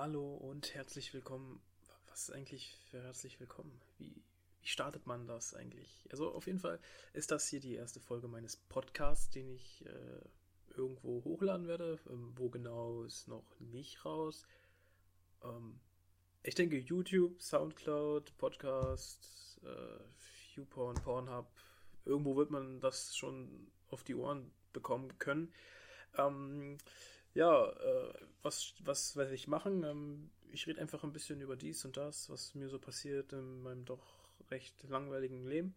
Hallo und herzlich willkommen. Was ist eigentlich für herzlich willkommen? Wie startet man das eigentlich? Also auf jeden Fall ist das hier die erste Folge meines Podcasts, den ich irgendwo hochladen werde. Wo genau ist noch nicht raus. Ähm, Ich denke YouTube, Soundcloud, Podcast, YouPorn, Pornhub. Irgendwo wird man das schon auf die Ohren bekommen können. Ähm, ja, was werde ich machen? Ich rede einfach ein bisschen über dies und das, was mir so passiert in meinem doch recht langweiligen Leben.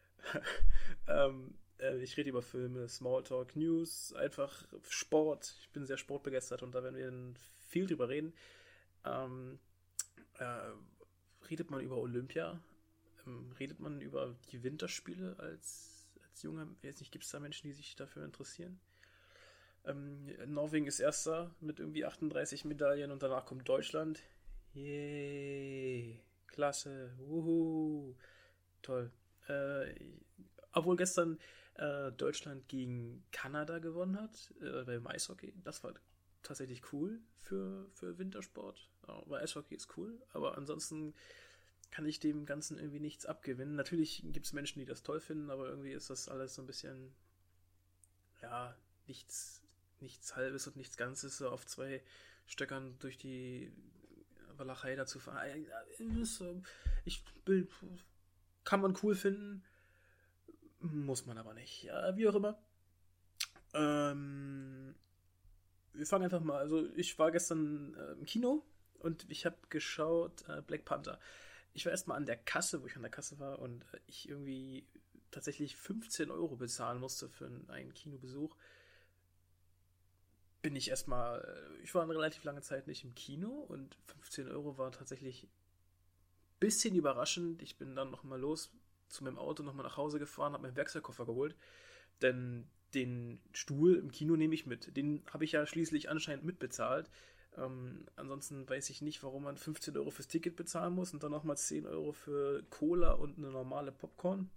Ich rede über Filme, Smalltalk, News, einfach Sport. Ich bin sehr sportbegeistert und da werden wir dann viel drüber reden. Ähm, äh, Redet man über Olympia? Redet man über die Winterspiele als Junge? Ich weiß nicht, gibt es da Menschen, die sich dafür interessieren? Norwegen ist Erster mit irgendwie 38 Medaillen und danach kommt Deutschland. Yay, klasse, wuhu, toll. Äh, Obwohl gestern Deutschland gegen Kanada gewonnen hat beim Eishockey. Das war tatsächlich cool für Wintersport. Aber Eishockey ist cool, aber ansonsten kann ich dem Ganzen irgendwie nichts abgewinnen. Natürlich gibt es Menschen, die das toll finden, aber irgendwie ist das alles so ein bisschen, ja, nichts, nichts Halbes und nichts Ganzes, so auf zwei Stöckern durch die Walachei dazu fahren. Ich will, kann man cool finden, muss man aber nicht. Ja, wie auch immer. Ähm, Wir fangen einfach mal. Also, ich war gestern im Kino und ich habe geschaut Black Panther. Ich war erstmal an der Kasse, wo ich an der Kasse war und ich irgendwie tatsächlich 15 Euro bezahlen musste für einen Kinobesuch. Ich war eine relativ lange Zeit nicht im Kino und 15 Euro war tatsächlich ein bisschen überraschend. Ich bin dann nochmal los zu meinem Auto, nochmal nach Hause gefahren, habe meinen Werkzeugkoffer geholt, denn den Stuhl im Kino nehme ich mit. Den habe ich ja schließlich anscheinend mitbezahlt. Ansonsten weiß ich nicht, warum man 15 Euro fürs Ticket bezahlen muss und dann nochmal 10 Euro für Cola und eine normale Popcorn.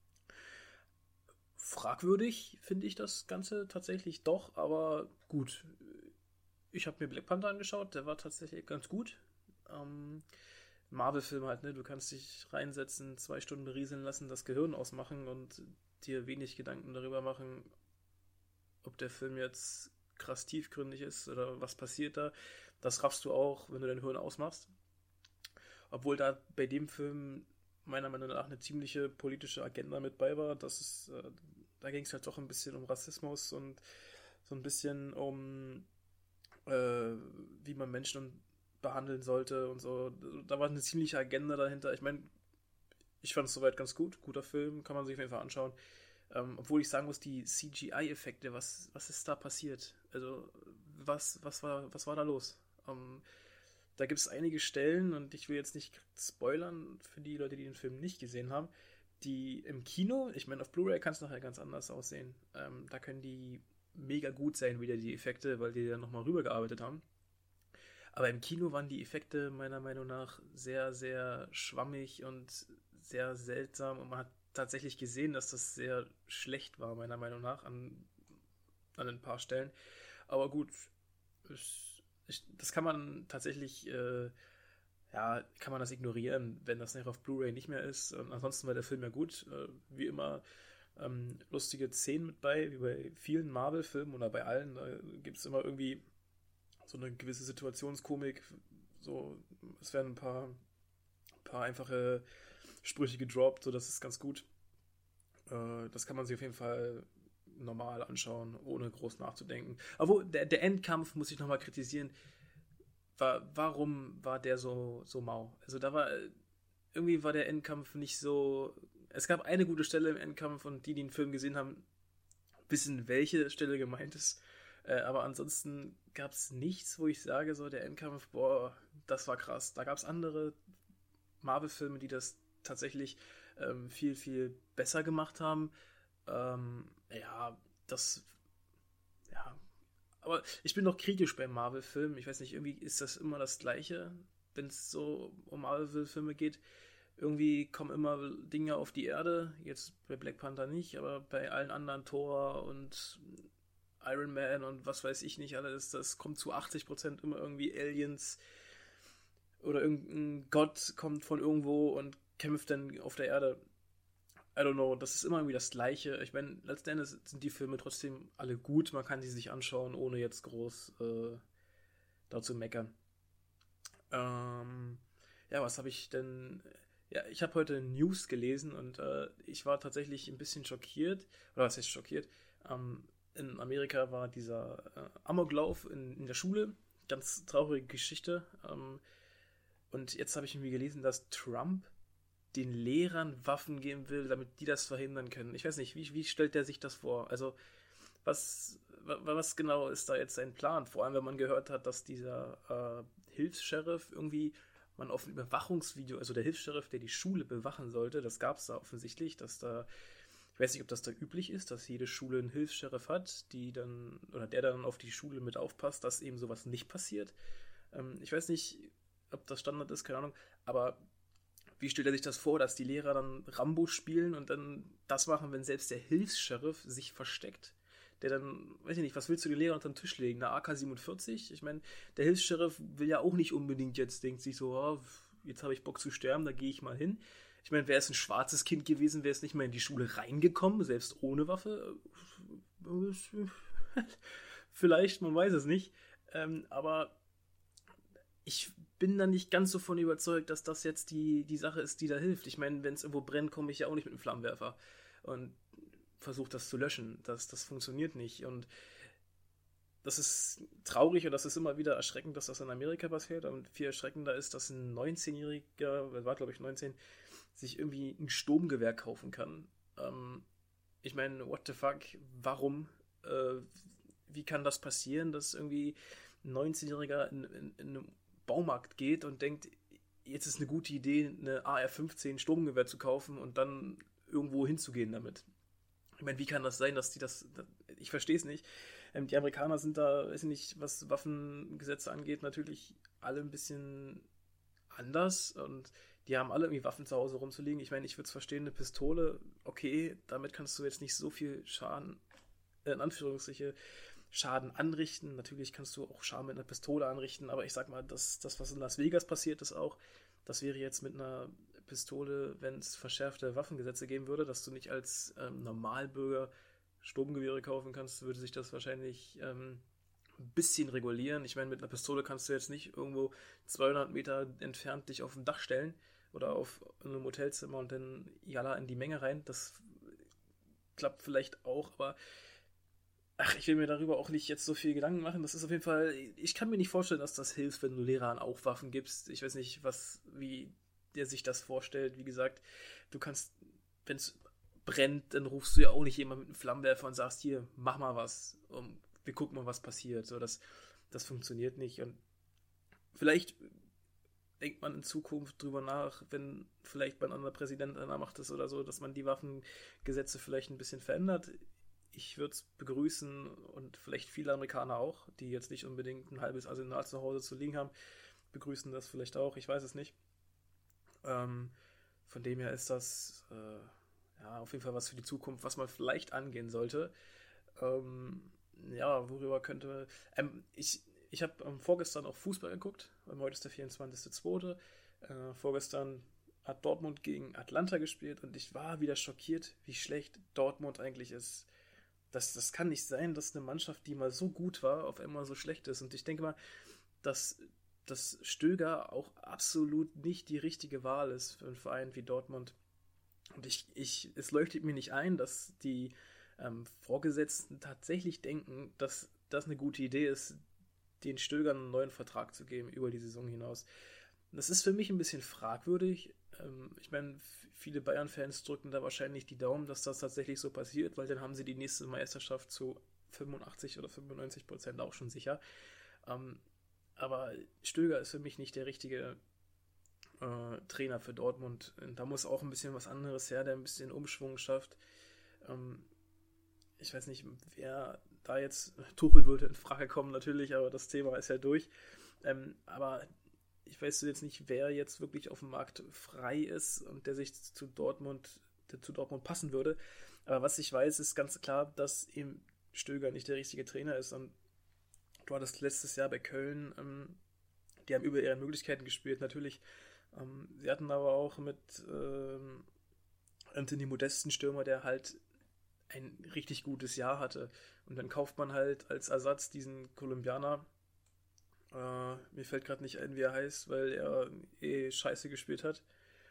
Fragwürdig finde ich das Ganze tatsächlich doch, aber gut. Ich habe mir Black Panther angeschaut, der war tatsächlich ganz gut. Ähm, Marvel-Film halt, ne? Du kannst dich reinsetzen, 2 Stunden rieseln lassen, das Gehirn ausmachen und dir wenig Gedanken darüber machen, ob der Film jetzt krass tiefgründig ist oder was passiert da. Das raffst du auch, wenn du dein Hirn ausmachst. Obwohl da bei dem Film meiner Meinung nach eine ziemliche politische Agenda mit bei war. Da ging es halt doch ein bisschen um Rassismus und so ein bisschen um, wie man Menschen behandeln sollte und so. Da war eine ziemliche Agenda dahinter. Ich meine, ich fand es soweit ganz gut. Guter Film, kann man sich auf jeden Fall anschauen. Obwohl ich sagen muss, die CGI-Effekte, was ist da passiert? Also, was war da los? Da gibt es einige Stellen, und ich will jetzt nicht spoilern für die Leute, die den Film nicht gesehen haben, die im Kino, ich meine, auf Blu-ray kann es nachher ganz anders aussehen. Da können die mega gut sein, wieder die Effekte, weil die dann nochmal rübergearbeitet haben. Aber im Kino waren die Effekte meiner Meinung nach sehr, sehr schwammig und sehr seltsam und man hat tatsächlich gesehen, dass das sehr schlecht war, meiner Meinung nach, an ein paar Stellen. Aber gut, das kann man tatsächlich, ja, kann man das ignorieren, wenn das nachher auf Blu-ray nicht mehr ist. Und ansonsten war der Film ja gut. Wie immer lustige Szenen mit bei, wie bei vielen Marvel-Filmen oder bei allen. Da gibt es immer irgendwie so eine gewisse Situationskomik. So, es werden ein paar einfache Sprüche gedroppt, so das ist ganz gut. Das kann man sich auf jeden Fall normal anschauen, ohne groß nachzudenken. Aber der Endkampf muss ich nochmal kritisieren. Warum war der so mau? Also irgendwie war der Endkampf nicht so. Es gab eine gute Stelle im Endkampf und die den Film gesehen haben, wissen, welche Stelle gemeint ist. Aber ansonsten gab es nichts, wo ich sage, so der Endkampf, boah, das war krass. Da gab es andere Marvel-Filme, die das tatsächlich viel, viel besser gemacht haben. Ja, das, ja. Aber ich bin noch kritisch beim Marvel-Film. Ich weiß nicht, irgendwie ist das immer das Gleiche, wenn es so um Marvel-Filme geht. Irgendwie kommen immer Dinge auf die Erde. Jetzt bei Black Panther nicht, aber bei allen anderen Thor und Iron Man und was weiß ich nicht alles, das kommt zu 80% immer irgendwie Aliens. oder irgendein Gott kommt von irgendwo und kämpft dann auf der Erde. I don't know, das ist immer irgendwie das Gleiche. Ich meine, letzten Endes sind die Filme trotzdem alle gut. Man kann sie sich anschauen, ohne jetzt groß dazu meckern. Ja, was habe ich denn? Ja, ich habe heute News gelesen und ich war tatsächlich ein bisschen schockiert. Oder was heißt schockiert? In Amerika war dieser Amoklauf in der Schule. Ganz traurige Geschichte. Und jetzt habe ich irgendwie gelesen, dass Trump den Lehrern Waffen geben will, damit die das verhindern können. Ich weiß nicht, wie stellt der sich das vor? Also, was genau ist da jetzt sein Plan? Vor allem, wenn man gehört hat, dass dieser Hilfs-Sheriff irgendwie man auf ein Überwachungsvideo, also der Hilfs-Sheriff, der die Schule bewachen sollte, das gab es da offensichtlich, dass da, ich weiß nicht, ob das da üblich ist, dass jede Schule einen Hilfs-Sheriff hat, die dann, oder der dann auf die Schule mit aufpasst, dass eben sowas nicht passiert. Ich weiß nicht, ob das Standard ist, keine Ahnung, aber wie stellt er sich das vor, dass die Lehrer dann Rambo spielen und dann das machen, wenn selbst der Hilfs-Sheriff sich versteckt? Der dann, weiß ich nicht, was willst du den Lehrern unter den Tisch legen? Eine AK-47? Ich meine, der Hilfs-Sheriff will ja auch nicht unbedingt jetzt, denkt sich so, oh, jetzt habe ich Bock zu sterben, da gehe ich mal hin. Ich meine, wäre es ein schwarzes Kind gewesen, wäre es nicht mal in die Schule reingekommen, selbst ohne Waffe. Vielleicht, man weiß es nicht. Aber ich bin da nicht ganz so von überzeugt, dass das jetzt die Sache ist, die da hilft. Ich meine, wenn es irgendwo brennt, komme ich ja auch nicht mit einem Flammenwerfer und versuche das zu löschen. Das funktioniert nicht. Und das ist traurig und das ist immer wieder erschreckend, dass das in Amerika passiert. Und viel erschreckender ist, dass ein 19-Jähriger, war glaube ich 19, sich irgendwie ein Sturmgewehr kaufen kann. Ich meine, what the fuck, warum? Wie kann das passieren, dass irgendwie ein 19-Jähriger in einem Baumarkt geht und denkt, jetzt ist eine gute Idee, eine AR-15 Sturmgewehr zu kaufen und dann irgendwo hinzugehen damit. Ich meine, wie kann das sein, dass die das... Ich verstehe es nicht. Die Amerikaner sind da, weiß ich nicht, was Waffengesetze angeht, natürlich alle ein bisschen anders und die haben alle irgendwie Waffen zu Hause rumzuliegen. Ich meine, ich würde es verstehen, eine Pistole, okay, damit kannst du jetzt nicht so viel Schaden, in Anführungsstriche, Schaden anrichten. Natürlich kannst du auch Schaden mit einer Pistole anrichten, aber ich sag mal, das was in Las Vegas passiert ist auch, das wäre jetzt mit einer Pistole, wenn es verschärfte Waffengesetze geben würde, dass du nicht als Normalbürger Sturmgewehre kaufen kannst, würde sich das wahrscheinlich ein bisschen regulieren. Ich meine, mit einer Pistole kannst du jetzt nicht irgendwo 200 Meter entfernt dich auf ein Dach stellen oder auf einem Hotelzimmer und dann jalla in die Menge rein. Das klappt vielleicht auch, aber ich will mir darüber auch nicht jetzt so viel Gedanken machen. Das ist auf jeden Fall, ich kann mir nicht vorstellen, dass das hilft, wenn du Lehrern auch Waffen gibst. Ich weiß nicht, wie der sich das vorstellt. Wie gesagt, du kannst, wenn es brennt, dann rufst du ja auch nicht jemand mit einem Flammenwerfer und sagst, hier, mach mal was. Wir gucken mal, was passiert. So, das funktioniert nicht. Und vielleicht denkt man in Zukunft drüber nach, wenn vielleicht ein anderer Präsident einer macht es oder so, dass man die Waffengesetze vielleicht ein bisschen verändert. Ich würde es begrüßen und vielleicht viele Amerikaner auch, die jetzt nicht unbedingt ein halbes Arsenal zu Hause zu liegen haben, begrüßen das vielleicht auch. Ich weiß es nicht. Von dem her ist das auf jeden Fall was für die Zukunft, was man vielleicht angehen sollte. Worüber könnte... ich habe vorgestern auch Fußball geguckt, heute ist der 24.02. Vorgestern hat Dortmund gegen Atlanta gespielt und ich war wieder schockiert, wie schlecht Dortmund eigentlich ist. Das kann nicht sein, dass eine Mannschaft, die mal so gut war, auf einmal so schlecht ist. Und ich denke mal, dass Stöger auch absolut nicht die richtige Wahl ist für einen Verein wie Dortmund. Und es leuchtet mir nicht ein, dass die Vorgesetzten tatsächlich denken, dass das eine gute Idee ist, den Stögern einen neuen Vertrag zu geben über die Saison hinaus. Das ist für mich ein bisschen fragwürdig. Ich meine, viele Bayern-Fans drücken da wahrscheinlich die Daumen, dass das tatsächlich so passiert, weil dann haben sie die nächste Meisterschaft zu 85 oder 95% auch schon sicher. Aber Stöger ist für mich nicht der richtige Trainer für Dortmund. Da muss auch ein bisschen was anderes her, der ein bisschen Umschwung schafft. Ich weiß nicht, wer da jetzt... Tuchel würde in Frage kommen natürlich, aber das Thema ist ja durch. Aber ich weiß jetzt nicht, wer jetzt wirklich auf dem Markt frei ist und der sich zu Dortmund passen würde. Aber was ich weiß, ist ganz klar, dass eben Stöger nicht der richtige Trainer ist. Und du hattest letztes Jahr bei Köln die haben über ihre Möglichkeiten gespielt, natürlich. Sie hatten aber auch mit Anthony Modest einen Stürmer, der halt ein richtig gutes Jahr hatte. Und dann kauft man halt als Ersatz diesen Kolumbianer. Mir fällt gerade nicht ein, wie er heißt, weil er scheiße gespielt hat.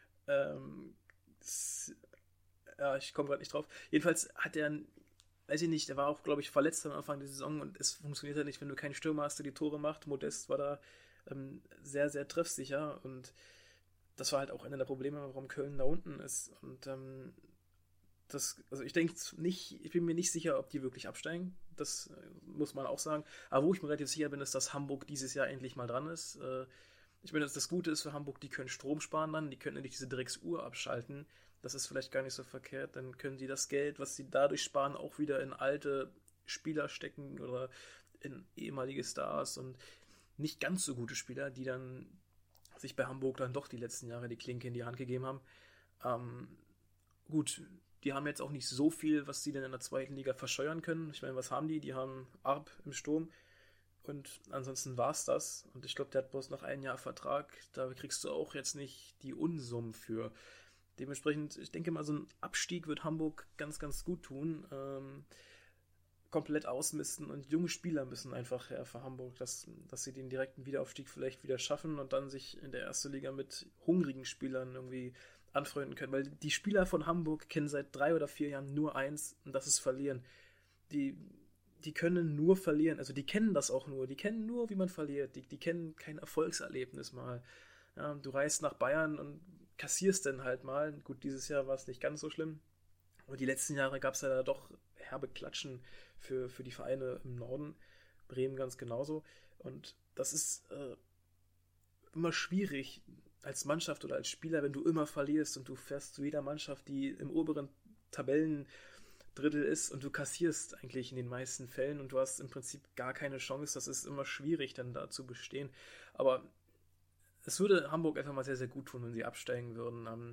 Das, ja, ich komme gerade nicht drauf. Jedenfalls hat er, weiß ich nicht, der war auch, glaube ich, verletzt am Anfang der Saison und es funktioniert ja nicht, wenn du keinen Stürmer hast, der die Tore macht. Modest war da sehr, sehr treffsicher und das war halt auch einer der Probleme, warum Köln da unten ist. Und also ich denke nicht, ich bin mir nicht sicher, ob die wirklich absteigen. Das muss man auch sagen. Aber wo ich mir relativ sicher bin, ist, dass Hamburg dieses Jahr endlich mal dran ist. Ich meine, das Gute ist für Hamburg, die können Strom sparen dann, die können endlich diese Drecksuhr abschalten. Das ist vielleicht gar nicht so verkehrt. Dann können die das Geld, was sie dadurch sparen, auch wieder in alte Spieler stecken oder in ehemalige Stars und nicht ganz so gute Spieler, die dann sich bei Hamburg dann doch die letzten Jahre die Klinke in die Hand gegeben haben. Gut, die haben jetzt auch nicht so viel, was sie denn in der zweiten Liga verscheuern können. Ich meine, was haben die? Die haben Arp im Sturm und ansonsten war es das. Und ich glaube, der hat bloß noch ein Jahr Vertrag. Da kriegst du auch jetzt nicht die Unsummen für. Dementsprechend, ich denke mal, so ein Abstieg wird Hamburg ganz, ganz gut tun. Komplett ausmisten und junge Spieler müssen einfach her für Hamburg, dass sie den direkten Wiederaufstieg vielleicht wieder schaffen und dann sich in der ersten Liga mit hungrigen Spielern irgendwie anfreunden können, weil die Spieler von Hamburg kennen seit 3 oder 4 Jahren nur eins und das ist Verlieren. Die können nur verlieren, also die kennen das auch nur, die kennen nur, wie man verliert, die kennen kein Erfolgserlebnis mal. Ja, du reist nach Bayern und kassierst dann halt mal, gut, dieses Jahr war es nicht ganz so schlimm, aber die letzten Jahre gab es ja da doch herbe Klatschen für die Vereine im Norden, Bremen ganz genauso und das ist immer schwierig als Mannschaft oder als Spieler, wenn du immer verlierst und du fährst zu jeder Mannschaft, die im oberen Tabellendrittel ist und du kassierst eigentlich in den meisten Fällen und du hast im Prinzip gar keine Chance, das ist immer schwierig dann da zu bestehen, aber es würde Hamburg einfach mal sehr, sehr gut tun, wenn sie absteigen würden.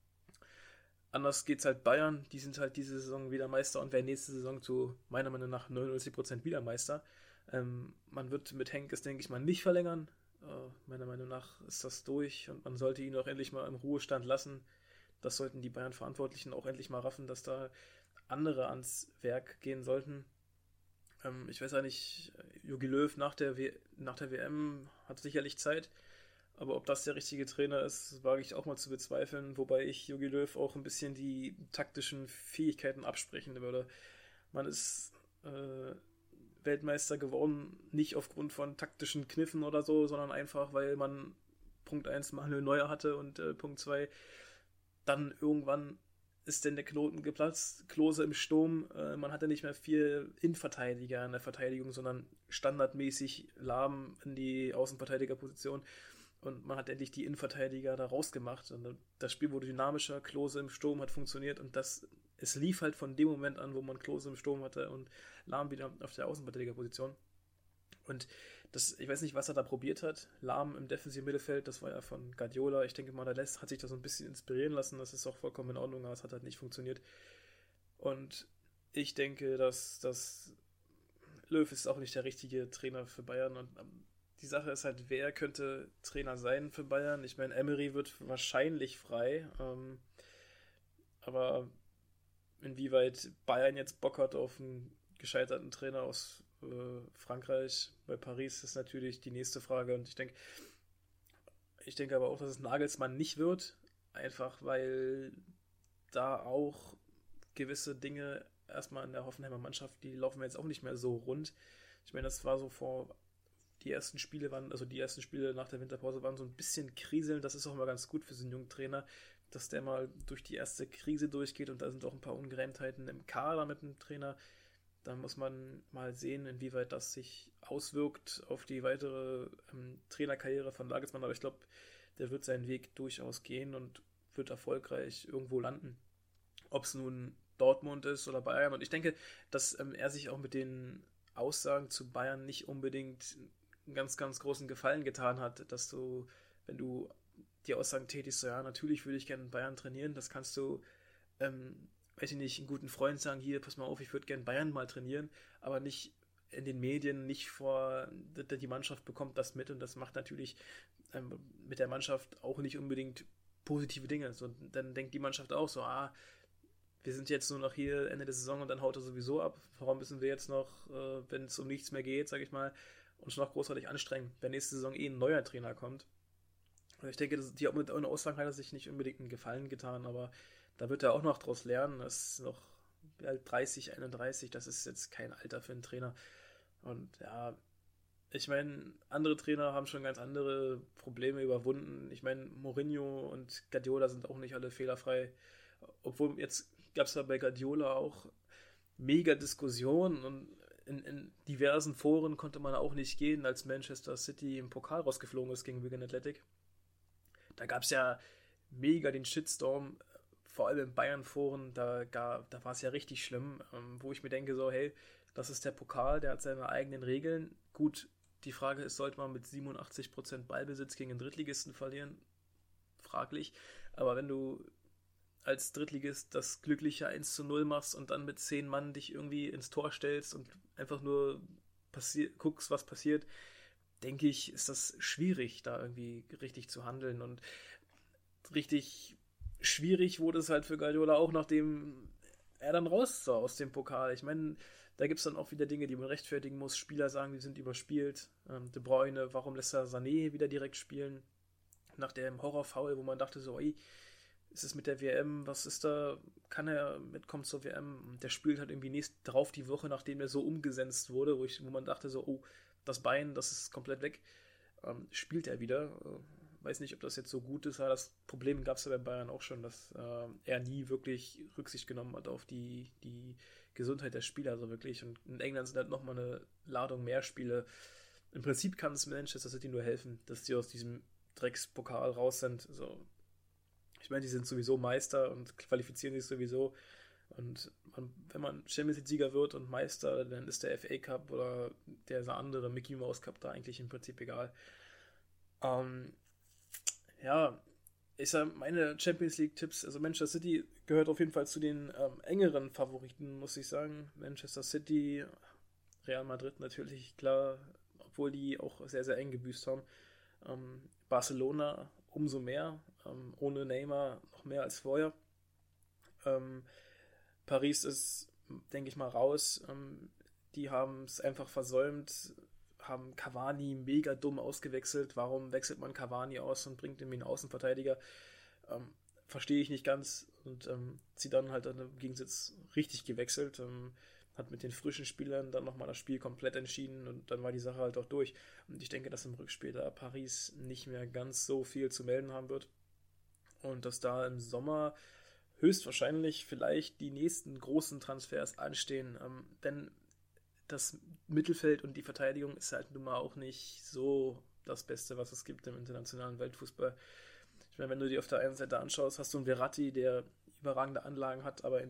Anders geht's halt Bayern, die sind halt diese Saison wieder Meister und werden nächste Saison zu meiner Meinung nach 99% wieder Meister. Man wird mit Henkes, denke ich mal, nicht verlängern. Meiner Meinung nach ist das durch und man sollte ihn auch endlich mal im Ruhestand lassen. Das sollten die Bayern-Verantwortlichen auch endlich mal raffen, dass da andere ans Werk gehen sollten. Ich weiß ja nicht, Jogi Löw nach der WM hat sicherlich Zeit, aber ob das der richtige Trainer ist, wage ich auch mal zu bezweifeln, wobei ich Jogi Löw auch ein bisschen die taktischen Fähigkeiten absprechen würde. Man ist Weltmeister geworden, nicht aufgrund von taktischen Kniffen oder so, sondern einfach, weil man Punkt 1 Manuel Neuer hatte und Punkt 2 dann irgendwann ist denn der Knoten geplatzt, Klose im Sturm, man hatte nicht mehr viel Innenverteidiger in der Verteidigung, sondern standardmäßig Lahm in die Außenverteidigerposition und man hat endlich die Innenverteidiger da rausgemacht und das Spiel wurde dynamischer, Klose im Sturm hat funktioniert und es lief halt von dem Moment an, wo man Klose im Sturm hatte und Lahm wieder auf der Außenverteidigerposition. Und ich weiß nicht, was er da probiert hat. Lahm im defensiven Mittelfeld, das war ja von Guardiola. Ich denke mal, hat sich da so ein bisschen inspirieren lassen. Das ist auch vollkommen in Ordnung, aber es hat halt nicht funktioniert. Und ich denke, dass Löw ist auch nicht der richtige Trainer für Bayern. Und die Sache ist halt, wer könnte Trainer sein für Bayern? Ich meine, Emery wird wahrscheinlich frei. Aber inwieweit Bayern jetzt Bock hat auf einen gescheiterten Trainer aus Frankreich bei Paris ist natürlich die nächste Frage und ich denke aber auch, dass es Nagelsmann nicht wird, einfach weil da auch gewisse Dinge erstmal in der Hoffenheimer Mannschaft, die laufen jetzt auch nicht mehr so rund. Ich meine, das war so die ersten Spiele nach der Winterpause waren so ein bisschen kriselnd, das ist auch mal ganz gut für so einen jungen Trainer, dass der mal durch die erste Krise durchgeht und da sind auch ein paar Ungereimtheiten im Kader mit dem Trainer. Da muss man mal sehen, inwieweit das sich auswirkt auf die weitere Trainerkarriere von Nagelsmann. Aber ich glaube, der wird seinen Weg durchaus gehen und wird erfolgreich irgendwo landen. Ob es nun Dortmund ist oder Bayern. Und ich denke, dass er sich auch mit den Aussagen zu Bayern nicht unbedingt einen ganz, ganz großen Gefallen getan hat, dass du, wenn du die Aussagen tätigst, so ja, natürlich würde ich gerne in Bayern trainieren, das kannst du weiß ich nicht, einen guten Freund sagen, hier, pass mal auf, ich würde gerne Bayern mal trainieren, aber nicht in den Medien nicht vor, die Mannschaft bekommt das mit und das macht natürlich mit der Mannschaft auch nicht unbedingt positive Dinge. So, dann denkt die Mannschaft auch so, wir sind jetzt nur noch hier Ende der Saison und dann haut er sowieso ab. Warum müssen wir jetzt noch, wenn es um nichts mehr geht, sage ich mal, uns noch großartig anstrengen, wenn nächste Saison ein neuer Trainer kommt? Ich denke, die Aussagen hat er sich nicht unbedingt einen Gefallen getan, aber da wird er auch noch draus lernen. Das ist noch 30, 31, das ist jetzt kein Alter für einen Trainer. Und ja, ich meine, andere Trainer haben schon ganz andere Probleme überwunden. Ich meine, Mourinho und Guardiola sind auch nicht alle fehlerfrei. Obwohl jetzt gab es da bei Guardiola auch mega Diskussionen und in diversen Foren konnte man auch nicht gehen, als Manchester City im Pokal rausgeflogen ist gegen Wigan Athletic. Da gab es ja mega den Shitstorm, vor allem in Bayern-Foren, da war es ja richtig schlimm, wo ich mir denke so, hey, das ist der Pokal, der hat seine eigenen Regeln. Gut, die Frage ist, sollte man mit 87% Ballbesitz gegen den Drittligisten verlieren? Fraglich. Aber wenn du als Drittligist das glückliche 1:0 machst und dann mit 10 Mann dich irgendwie ins Tor stellst und einfach nur guckst, was passiert, denke ich, ist das schwierig, da irgendwie richtig zu handeln. Und richtig schwierig wurde es halt für Guardiola auch, nachdem er dann raus war aus dem Pokal. Ich meine, da gibt es dann auch wieder Dinge, die man rechtfertigen muss. Spieler sagen, die sind überspielt. De Bruyne, warum lässt er Sané wieder direkt spielen? Nach dem Horrorfoul, wo man dachte so, ey, ist es mit der WM, was ist da, kann er mitkommen zur WM? Der spielt halt irgendwie drauf die Woche, nachdem er so umgesetzt wurde, wo man dachte so, oh, das Bein, das ist komplett weg, spielt er wieder. Weiß nicht, ob das jetzt so gut ist, aber das Problem gab es ja bei Bayern auch schon, dass er nie wirklich Rücksicht genommen hat auf die Gesundheit der Spieler, also wirklich. Und in England sind halt nochmal eine Ladung mehr Spiele. Im Prinzip kann es Manchester City nur helfen, dass die aus diesem Dreckspokal raus sind. Also, ich meine, die sind sowieso Meister und qualifizieren sich sowieso. Und wenn man Champions League-Sieger wird und Meister, dann ist der FA Cup oder dieser andere Mickey Mouse Cup da eigentlich im Prinzip egal. Ja, ich sage, meine Champions League-Tipps, also Manchester City gehört auf jeden Fall zu den engeren Favoriten, muss ich sagen. Manchester City, Real Madrid natürlich, klar, obwohl die auch sehr, sehr eng gebüßt haben. Barcelona umso mehr, ohne Neymar noch mehr als vorher. Paris ist, denke ich mal, raus. Die haben es einfach versäumt, haben Cavani mega dumm ausgewechselt. Warum wechselt man Cavani aus und bringt irgendwie einen Außenverteidiger? Verstehe ich nicht ganz. Und Zidane halt im Gegensatz richtig gewechselt. Hat mit den frischen Spielern dann nochmal das Spiel komplett entschieden und dann war die Sache halt auch durch. Und ich denke, dass im Rückspiel da Paris nicht mehr ganz so viel zu melden haben wird. Und dass da im Sommer höchstwahrscheinlich vielleicht die nächsten großen Transfers anstehen. Denn das Mittelfeld und die Verteidigung ist halt nun mal auch nicht so das Beste, was es gibt im internationalen Weltfußball. Ich meine, wenn du dir auf der einen Seite anschaust, hast du einen Verratti, der überragende Anlagen hat, aber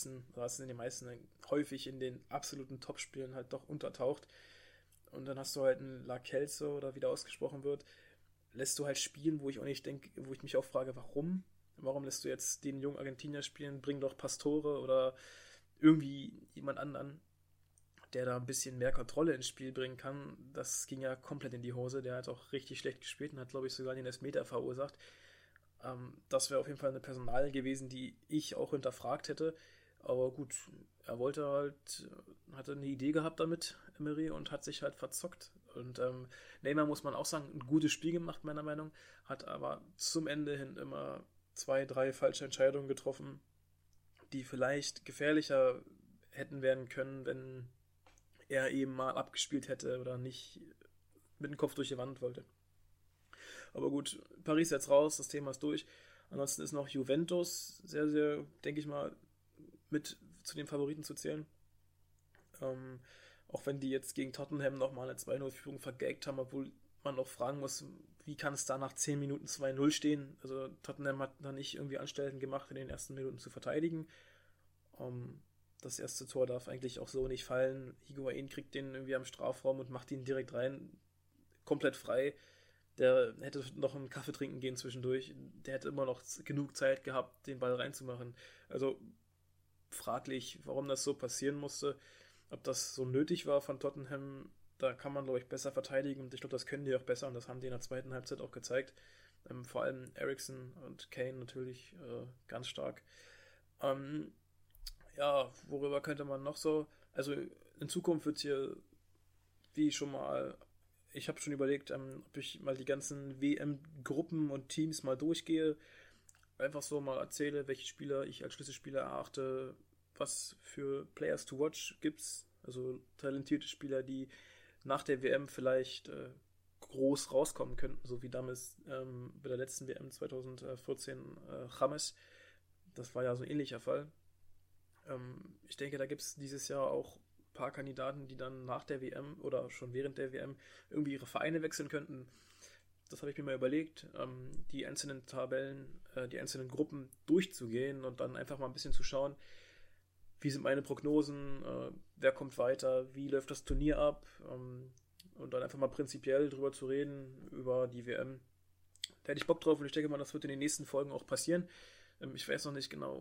häufig in den absoluten Topspielen halt doch untertaucht. Und dann hast du halt einen La Kelso oder wie der ausgesprochen wird, lässt du halt spielen, wo ich mich auch frage, warum? Warum lässt du jetzt den jungen Argentinier spielen? Bring doch Pastore oder irgendwie jemand anderen, der da ein bisschen mehr Kontrolle ins Spiel bringen kann. Das ging ja komplett in die Hose. Der hat auch richtig schlecht gespielt und hat, glaube ich, sogar den Elfmeter verursacht. Das wäre auf jeden Fall eine Personalie gewesen, die ich auch hinterfragt hätte. Aber gut, er hatte eine Idee gehabt damit, Emery, und hat sich halt verzockt. Und Neymar, muss man auch sagen, ein gutes Spiel gemacht, meiner Meinung, hat aber zum Ende hin immer 2, 3 falsche Entscheidungen getroffen, die vielleicht gefährlicher hätten werden können, wenn er eben mal abgespielt hätte oder nicht mit dem Kopf durch die Wand wollte. Aber gut, Paris jetzt raus, das Thema ist durch. Ansonsten ist noch Juventus sehr, sehr, denke ich mal, mit zu den Favoriten zu zählen. Auch wenn die jetzt gegen Tottenham nochmal eine 2:0-Führung vergeigt haben, obwohl man noch fragen muss, wie kann es da nach 10 Minuten 2:0 stehen? Also Tottenham hat da nicht irgendwie Anstalten gemacht, in den ersten Minuten zu verteidigen. Das erste Tor darf eigentlich auch so nicht fallen. Higuain kriegt den irgendwie am Strafraum und macht ihn direkt rein, komplett frei. Der hätte noch einen Kaffee trinken gehen zwischendurch. Der hätte immer noch genug Zeit gehabt, den Ball reinzumachen. Also fraglich, warum das so passieren musste. Ob das so nötig war von Tottenham, da kann man, glaube ich, besser verteidigen und ich glaube, das können die auch besser und das haben die in der zweiten Halbzeit auch gezeigt. Vor allem Eriksen und Kane natürlich ganz stark. Ähm, ja, worüber könnte man noch so? Also in Zukunft wird es hier, wie schon mal, ich habe schon überlegt, ob ich mal die ganzen WM-Gruppen und Teams mal durchgehe, einfach so mal erzähle, welche Spieler ich als Schlüsselspieler erachte, was für Players to Watch gibt's, also talentierte Spieler, die nach der WM vielleicht groß rauskommen könnten, so wie damals bei der letzten WM 2014 James. Das war ja so ein ähnlicher Fall. Ich denke, da gibt es dieses Jahr auch ein paar Kandidaten, die dann nach der WM oder schon während der WM irgendwie ihre Vereine wechseln könnten. Das habe ich mir mal überlegt, die einzelnen Tabellen, die einzelnen Gruppen durchzugehen und dann einfach mal ein bisschen zu schauen, wie sind meine Prognosen, wer kommt weiter, wie läuft das Turnier ab, und dann einfach mal prinzipiell drüber zu reden, über die WM. Da hätte ich Bock drauf und ich denke mal, das wird in den nächsten Folgen auch passieren. Ich weiß noch nicht genau,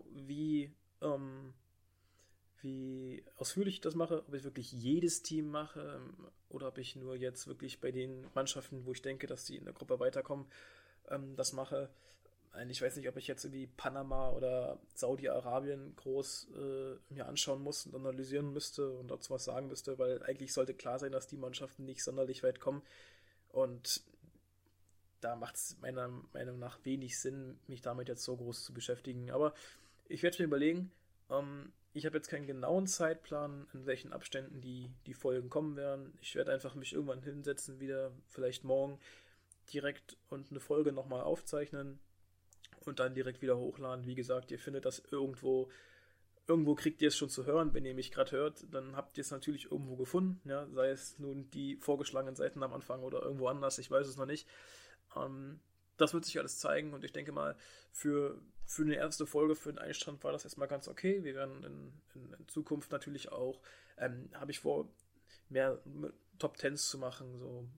wie ausführlich ich das mache, ob ich wirklich jedes Team mache oder ob ich nur jetzt wirklich bei den Mannschaften, wo ich denke, dass die in der Gruppe weiterkommen, das mache. Ich weiß nicht, ob ich jetzt irgendwie Panama oder Saudi-Arabien groß mir anschauen muss und analysieren müsste und dazu was sagen müsste, weil eigentlich sollte klar sein, dass die Mannschaften nicht sonderlich weit kommen und da macht es meiner Meinung nach wenig Sinn, mich damit jetzt so groß zu beschäftigen. Aber ich werde mir überlegen, ich habe jetzt keinen genauen Zeitplan, in welchen Abständen die Folgen kommen werden. Ich werde einfach mich irgendwann hinsetzen, wieder vielleicht morgen direkt und eine Folge nochmal aufzeichnen und dann direkt wieder hochladen. Wie gesagt, ihr findet das irgendwo kriegt ihr es schon zu hören. Wenn ihr mich gerade hört, dann habt ihr es natürlich irgendwo gefunden, ja, sei es nun die vorgeschlagenen Seiten am Anfang oder irgendwo anders, ich weiß es noch nicht. Das wird sich alles zeigen und ich denke mal, für eine erste Folge, für den Einstand war das erstmal ganz okay. Wir werden in Zukunft natürlich auch, habe ich vor, mehr Top Tens zu machen, so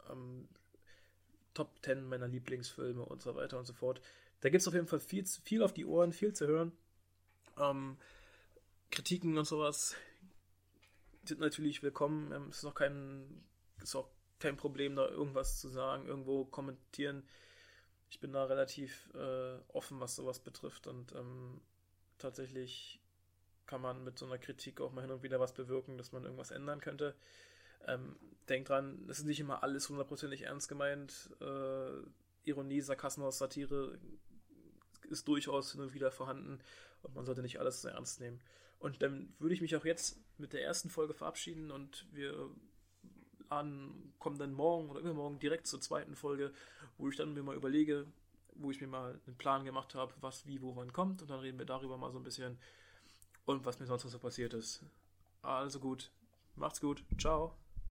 Top 10 meiner Lieblingsfilme und so weiter und so fort. Da gibt es auf jeden Fall viel auf die Ohren, viel zu hören. Kritiken und sowas sind natürlich willkommen. Ist auch kein Problem, da irgendwas zu sagen, irgendwo kommentieren. Ich bin da relativ offen, was sowas betrifft und tatsächlich kann man mit so einer Kritik auch mal hin und wieder was bewirken, dass man irgendwas ändern könnte. Denkt dran, es ist nicht immer alles hundertprozentig ernst gemeint. Ironie, Sarkasmus, Satire ist durchaus hin und wieder vorhanden und man sollte nicht alles so ernst nehmen. Und dann würde ich mich auch jetzt mit der ersten Folge verabschieden und wir kommen dann morgen oder übermorgen direkt zur zweiten Folge, wo ich dann mir mal überlege, wo ich mir mal einen Plan gemacht habe, was, wie, wo, wann kommt und dann reden wir darüber mal so ein bisschen und was mir sonst noch so passiert ist. Also gut, macht's gut, ciao.